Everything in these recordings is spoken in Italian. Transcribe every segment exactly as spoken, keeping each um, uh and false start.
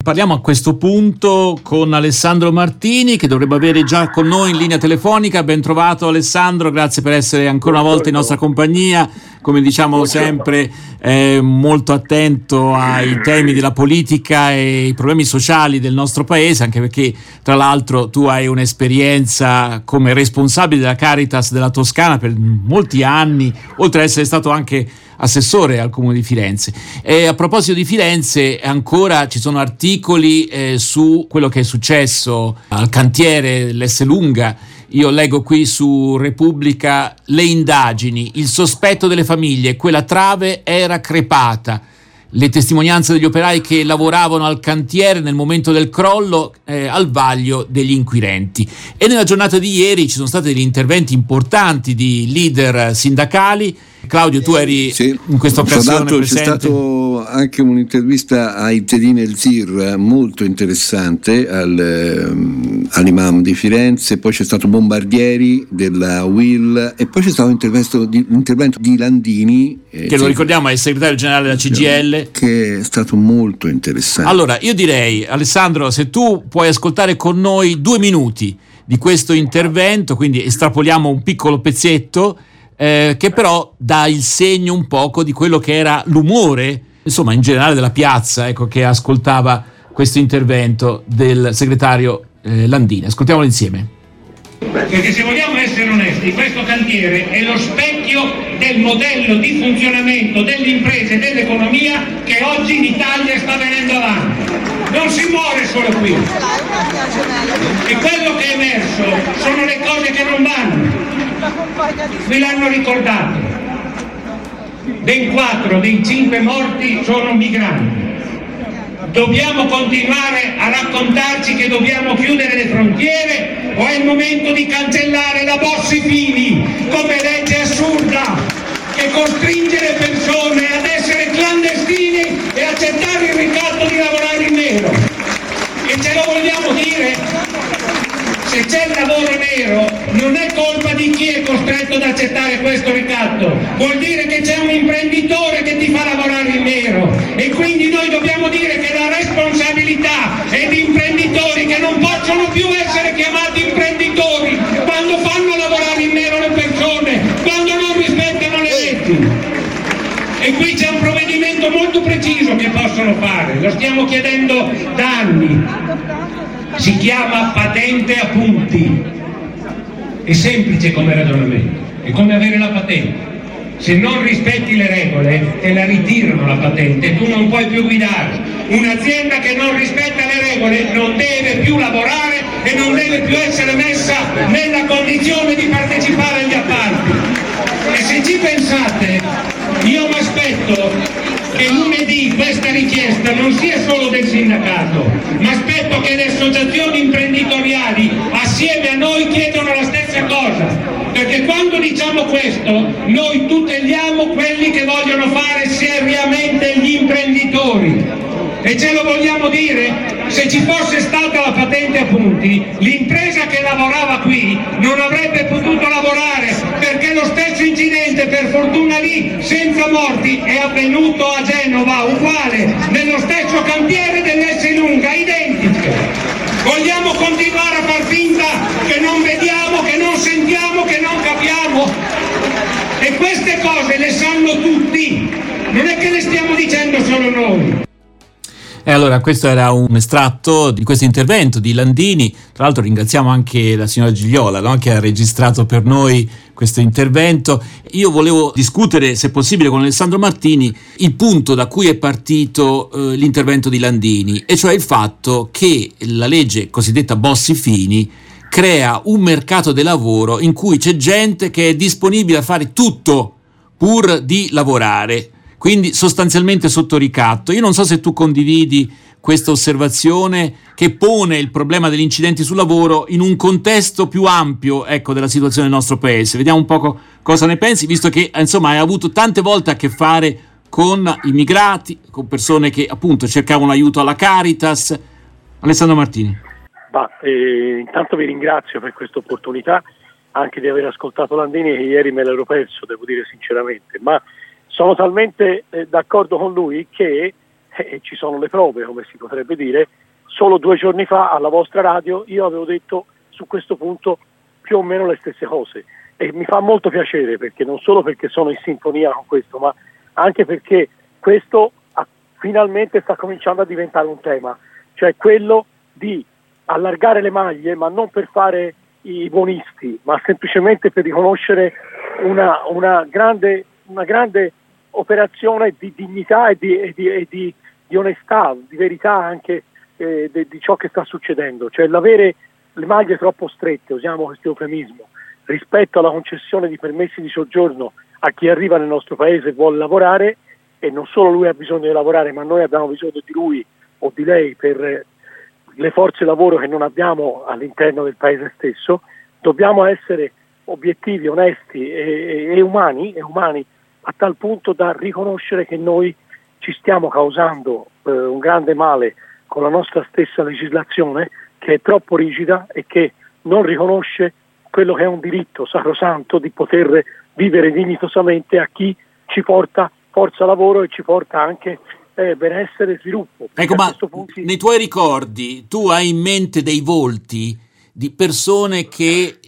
parliamo a questo punto con Alessandro Martini, che dovrebbe avere già con noi in linea telefonica. Ben trovato Alessandro, grazie per essere ancora una volta in nostra compagnia. Come diciamo sempre, eh, molto attento ai temi della politica e i problemi sociali del nostro paese, anche perché tra l'altro tu hai un'esperienza come responsabile della Caritas della Toscana per molti anni, oltre ad essere stato anche assessore al Comune di Firenze. E a proposito di Firenze, ancora ci sono articoli eh, su quello che è successo al cantiere dell'Esselunga. Io leggo qui su Repubblica: le indagini, il sospetto delle famiglie, quella trave era crepata. Le testimonianze degli operai che lavoravano al cantiere nel momento del crollo eh, al vaglio degli inquirenti. E nella giornata di ieri ci sono stati degli interventi importanti di leader sindacali. Claudio, tu eri sì, in questa occasione dato, presente. C'è stato anche un'intervista a Itedin El Zir molto interessante al, all'imam di Firenze, poi c'è stato Bombardieri della U I L e poi c'è stato l'intervento di, l'intervento di Landini, eh, che lo ricordiamo è il segretario generale della C G I L, che è stato molto interessante. Allora io direi, Alessandro, se tu puoi ascoltare con noi due minuti di questo intervento, quindi estrapoliamo un piccolo pezzetto Eh, che però dà il segno un poco di quello che era l'umore, insomma, in generale della piazza, ecco, che ascoltava questo intervento del segretario eh, Landini. Ascoltiamolo insieme. Perché se vogliamo essere onesti, questo cantiere è lo specchio del modello di funzionamento delle imprese e dell'economia che oggi in Italia sta venendo avanti. Non si muore solo qui. E quello che è emerso sono le cose che non vanno. Ve l'hanno ricordato. Ben quattro dei cinque morti sono migranti. Dobbiamo continuare a raccontarci che dobbiamo chiudere le frontiere o è il momento di cancellare la Bossi-Fini come legge assurda che costringe le persone ad essere clandestini e accettare il ricatto di lavorare in nero? E ce lo vogliamo dire? Se c'è il lavoro nero non è colpa di chi è costretto ad accettare questo ricatto, vuol dire che c'è un imprenditore che ti fa lavorare in nero e quindi noi dobbiamo dire che la responsabilità è di imprenditori che non possono più essere chiamati imprenditori quando fanno lavorare in nero le persone, quando non rispettano le leggi. E qui c'è un provvedimento molto preciso che possono fare, lo stiamo chiedendo da anni. Si chiama patente a punti. È semplice come ragionamento, è come avere la patente. Se non rispetti le regole, te la ritirano la patente e tu non puoi più guidare. Un'azienda che non rispetta le regole non deve più lavorare e non deve più essere messa nella condizione di partecipare agli appalti. E se ci pensate, io mi aspetto che lunedì questa richiesta non sia solo del sindacato, ma aspetto che le associazioni imprenditoriali assieme a noi chiedano la stessa cosa, perché quando diciamo questo noi tuteliamo quelli che vogliono fare seriamente gli imprenditori. E ce lo vogliamo dire? Se ci fosse stata la patente a punti, l'impresa che lavorava qui non avrebbe potuto lavorare, perché lo stesso incidente, per fortuna lì, senza morti, è avvenuto a Genova, uguale, nello stesso cantiere dell'Esselunga, identico. Vogliamo continuare a far finta che non vediamo, che non sentiamo, che non capiamo? E queste cose le sanno tutti, non è che le stiamo dicendo solo noi. E allora questo era un estratto di questo intervento di Landini. Tra l'altro ringraziamo anche la signora Gigliola, no? Che ha registrato per noi questo intervento. Io volevo discutere, se possibile, con Alessandro Martini il punto da cui è partito eh, l'intervento di Landini, e cioè il fatto che la legge cosiddetta Bossi-Fini crea un mercato del lavoro in cui c'è gente che è disponibile a fare tutto pur di lavorare, quindi sostanzialmente sotto ricatto. Io non so se tu condividi questa osservazione che pone il problema degli incidenti sul lavoro in un contesto più ampio, ecco, della situazione del nostro paese. Vediamo un po' cosa ne pensi, visto che insomma hai avuto tante volte a che fare con immigrati, con persone che appunto cercavano aiuto alla Caritas. Alessandro Martini. Bah, eh, intanto vi ringrazio per questa opportunità, anche di aver ascoltato Landini, che ieri me l'ero perso, devo dire sinceramente, ma sono talmente eh, d'accordo con lui che e ci sono le prove, come si potrebbe dire. Solo due giorni fa alla vostra radio io avevo detto su questo punto più o meno le stesse cose, e mi fa molto piacere, perché non solo perché sono in sintonia con questo, ma anche perché questo ha, finalmente sta cominciando a diventare un tema, cioè quello di allargare le maglie, ma non per fare i buonisti, ma semplicemente per riconoscere una, una grande una grande operazione di dignità e di, e di, e di, di onestà, di verità anche eh, de, di ciò che sta succedendo, cioè l'avere le maglie troppo strette, usiamo questo eufemismo, rispetto alla concessione di permessi di soggiorno a chi arriva nel nostro paese e vuole lavorare, e non solo lui ha bisogno di lavorare, ma noi abbiamo bisogno di lui o di lei per le forze lavoro che non abbiamo all'interno del paese stesso. Dobbiamo essere obiettivi, onesti e, e, e umani, e umani a tal punto da riconoscere che noi ci stiamo causando eh, un grande male con la nostra stessa legislazione, che è troppo rigida e che non riconosce quello che è un diritto sacrosanto di poter vivere dignitosamente a chi ci porta forza lavoro e ci porta anche eh, benessere e sviluppo. Ecco, ma punto... nei tuoi ricordi tu hai in mente dei volti di persone che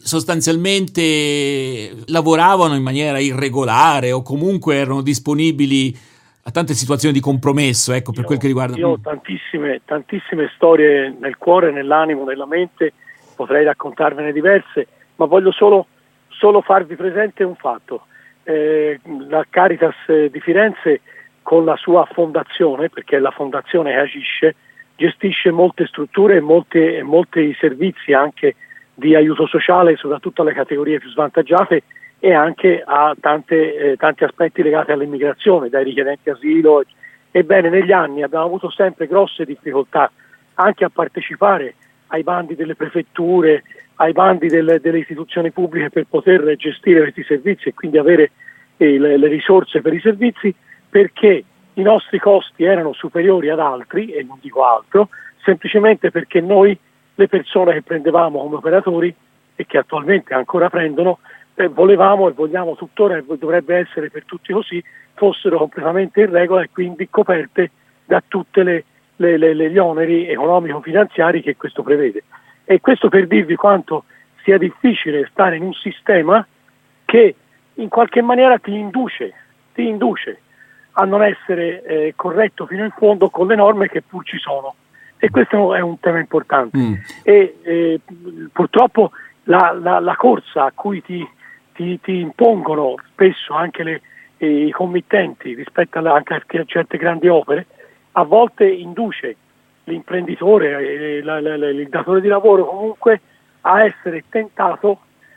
sostanzialmente lavoravano in maniera irregolare o comunque erano disponibili a tante situazioni di compromesso, ecco, per io, quel che riguarda... Io ho tantissime, tantissime storie nel cuore, nell'animo, nella mente, potrei raccontarvene diverse, ma voglio solo, solo farvi presente un fatto. Eh, la Caritas di Firenze, con la sua fondazione, perché è la fondazione che agisce, gestisce molte strutture e molti, e molti servizi anche di aiuto sociale, soprattutto alle categorie più svantaggiate, e anche a tante, eh, tanti aspetti legati all'immigrazione, dai richiedenti asilo. Ebbene, negli anni abbiamo avuto sempre grosse difficoltà anche a partecipare ai bandi delle prefetture, ai bandi delle, delle istituzioni pubbliche per poter gestire questi servizi e quindi avere eh, le, le risorse per i servizi, perché i nostri costi erano superiori ad altri, e non dico altro, semplicemente perché noi, le persone che prendevamo come operatori e che attualmente ancora prendono, eh, volevamo e vogliamo tuttora, e dovrebbe essere per tutti così, fossero completamente in regola e quindi coperte da tutte le, le, le, le gli oneri economico-finanziari che questo prevede. E questo per dirvi quanto sia difficile stare in un sistema che in qualche maniera ti induce, ti induce a non essere eh, corretto fino in fondo con le norme che pur ci sono, e questo è un tema importante. Mm. E eh, purtroppo la, la, la corsa a cui ti, ti, ti impongono spesso anche le, eh, i committenti rispetto alla, anche a certe grandi opere, a volte induce l'imprenditore, eh, la, la, la, il datore di lavoro comunque, a essere tentato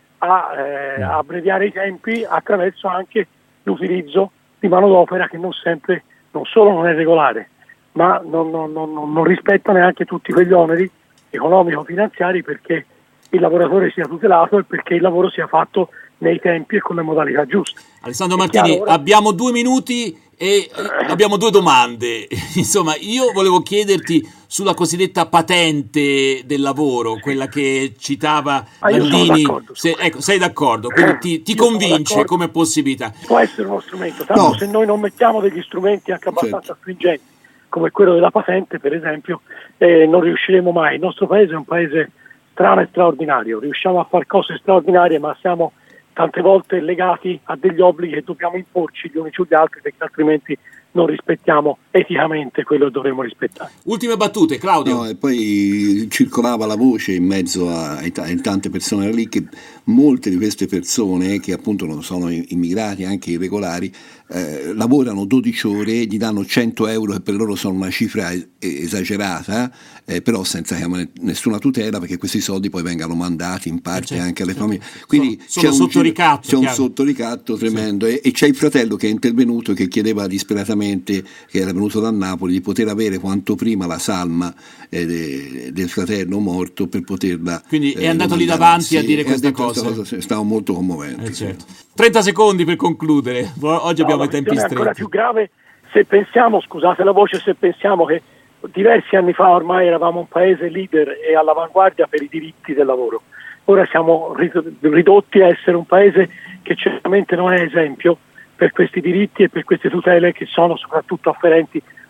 a eh, abbreviare i tempi attraverso anche l'utilizzo di manodopera che non sempre, non solo non è regolare, ma non, non, non, non rispetta neanche tutti quegli oneri economico-finanziari, perché il lavoratore sia tutelato e perché il lavoro sia fatto nei tempi e con le modalità giuste. Alessandro Martini, ora... abbiamo due minuti e abbiamo due domande. Insomma, io volevo chiederti sulla cosiddetta patente del lavoro, quella che citava ah, Landini. Se, ecco, sei d'accordo? Quindi ti, ti convince come possibilità? Può essere uno strumento, tanto no. Se noi non mettiamo degli strumenti anche abbastanza certo. stringenti, come quello della patente per esempio, eh, non riusciremo mai. Il nostro paese è un paese strano e straordinario, riusciamo a fare cose straordinarie, ma siamo tante volte legati a degli obblighi che dobbiamo imporci gli uni sugli altri, perché altrimenti non rispettiamo eticamente quello che dovremmo rispettare. Ultime battute, Claudio. No, e poi circolava la voce in mezzo a, a tante persone lì che molte di queste persone, che appunto non sono immigrati, anche irregolari, eh, lavorano dodici ore, gli danno cento euro, che per loro sono una cifra esagerata, eh, però senza che abbiano nessuna tutela, perché questi soldi poi vengano mandati in parte certo, anche alle certo. famiglie. Quindi sono, sono c'è, un, ricatto, c'è un sottoricatto tremendo, sì. e, e c'è il fratello che è intervenuto e che chiedeva disperatamente, che era venuto da Napoli, di poter avere quanto prima la salma eh, de, del fratello morto per poterla. Quindi è eh, andato lì davanti sì, a dire queste cose. Cosa, stavo molto commovente. Eh, certo. trenta secondi per concludere. Oggi no, abbiamo i tempi stretti. È ancora più grave se pensiamo, scusate la voce, se pensiamo che diversi anni fa ormai eravamo un paese leader e all'avanguardia per i diritti del lavoro. Ora siamo ridotti a essere un paese che certamente non è esempio per questi diritti e per queste tutele che sono soprattutto afferenti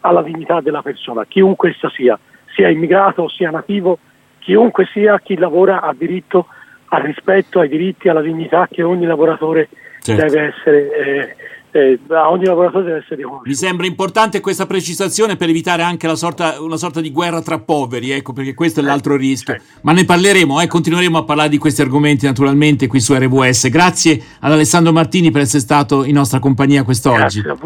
alla dignità della persona, chiunque essa sia, sia immigrato, sia nativo, chiunque sia, chi lavora ha diritto al rispetto, ai diritti, alla dignità che ogni lavoratore certo. deve essere eh, eh, a ogni lavoratore deve essere riconosciuto. Mi sembra importante questa precisazione per evitare anche la sorta, una sorta di guerra tra poveri, ecco, perché questo è l'altro rischio. Ma ne parleremo, eh, continueremo a parlare di questi argomenti naturalmente qui su R W S. Grazie ad Alessandro Martini per essere stato in nostra compagnia quest'oggi. Grazie.